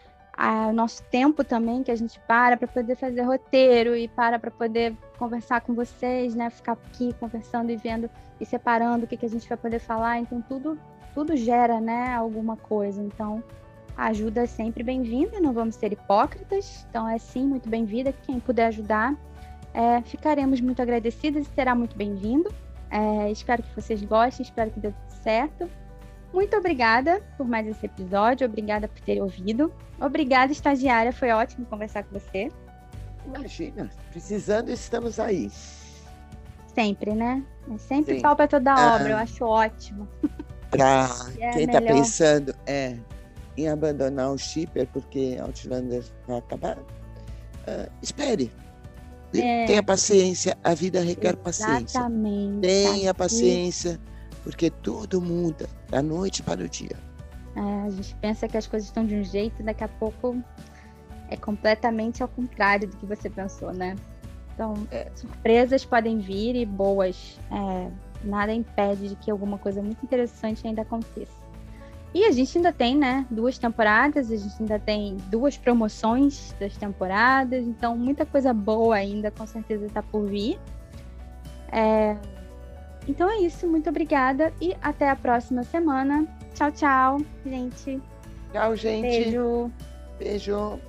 Speaker 1: o nosso tempo também, que a gente para para poder fazer roteiro e para para poder conversar com vocês, né, ficar aqui conversando e vendo e separando o que, que a gente vai poder falar, então tudo, tudo gera, né, alguma coisa, então a ajuda é sempre bem-vinda, não vamos ser hipócritas, então é sim muito bem-vinda, quem puder ajudar, é, ficaremos muito agradecidas e será muito bem-vindo. É, espero que vocês gostem, espero que dê tudo certo. Muito obrigada por mais esse episódio, obrigada por ter ouvido. Obrigada, estagiária, foi ótimo conversar com você.
Speaker 2: Imagina, precisando, estamos aí.
Speaker 1: Sempre, né? É sempre
Speaker 2: Sim.
Speaker 1: pau para toda
Speaker 2: ah,
Speaker 1: obra, eu acho ótimo.
Speaker 2: Para
Speaker 1: é
Speaker 2: quem está pensando é, em abandonar o shipper porque Outlander vai acabar, uh, espere. É. Tenha paciência, a vida requer paciência.
Speaker 1: Exatamente.
Speaker 2: Tenha paciência, porque tudo muda da noite para o dia.
Speaker 1: É, a gente pensa que as coisas estão de um jeito e daqui a pouco é completamente ao contrário do que você pensou, né? Então, é. surpresas podem vir e boas. É, nada impede de que alguma coisa muito interessante ainda aconteça. E a gente ainda tem, né, duas temporadas, a gente ainda tem duas promoções das temporadas, então muita coisa boa ainda com certeza está por vir. É... Então é isso, muito obrigada e até a próxima semana. Tchau, tchau, gente.
Speaker 2: Tchau, gente.
Speaker 1: Beijo.
Speaker 2: Beijo.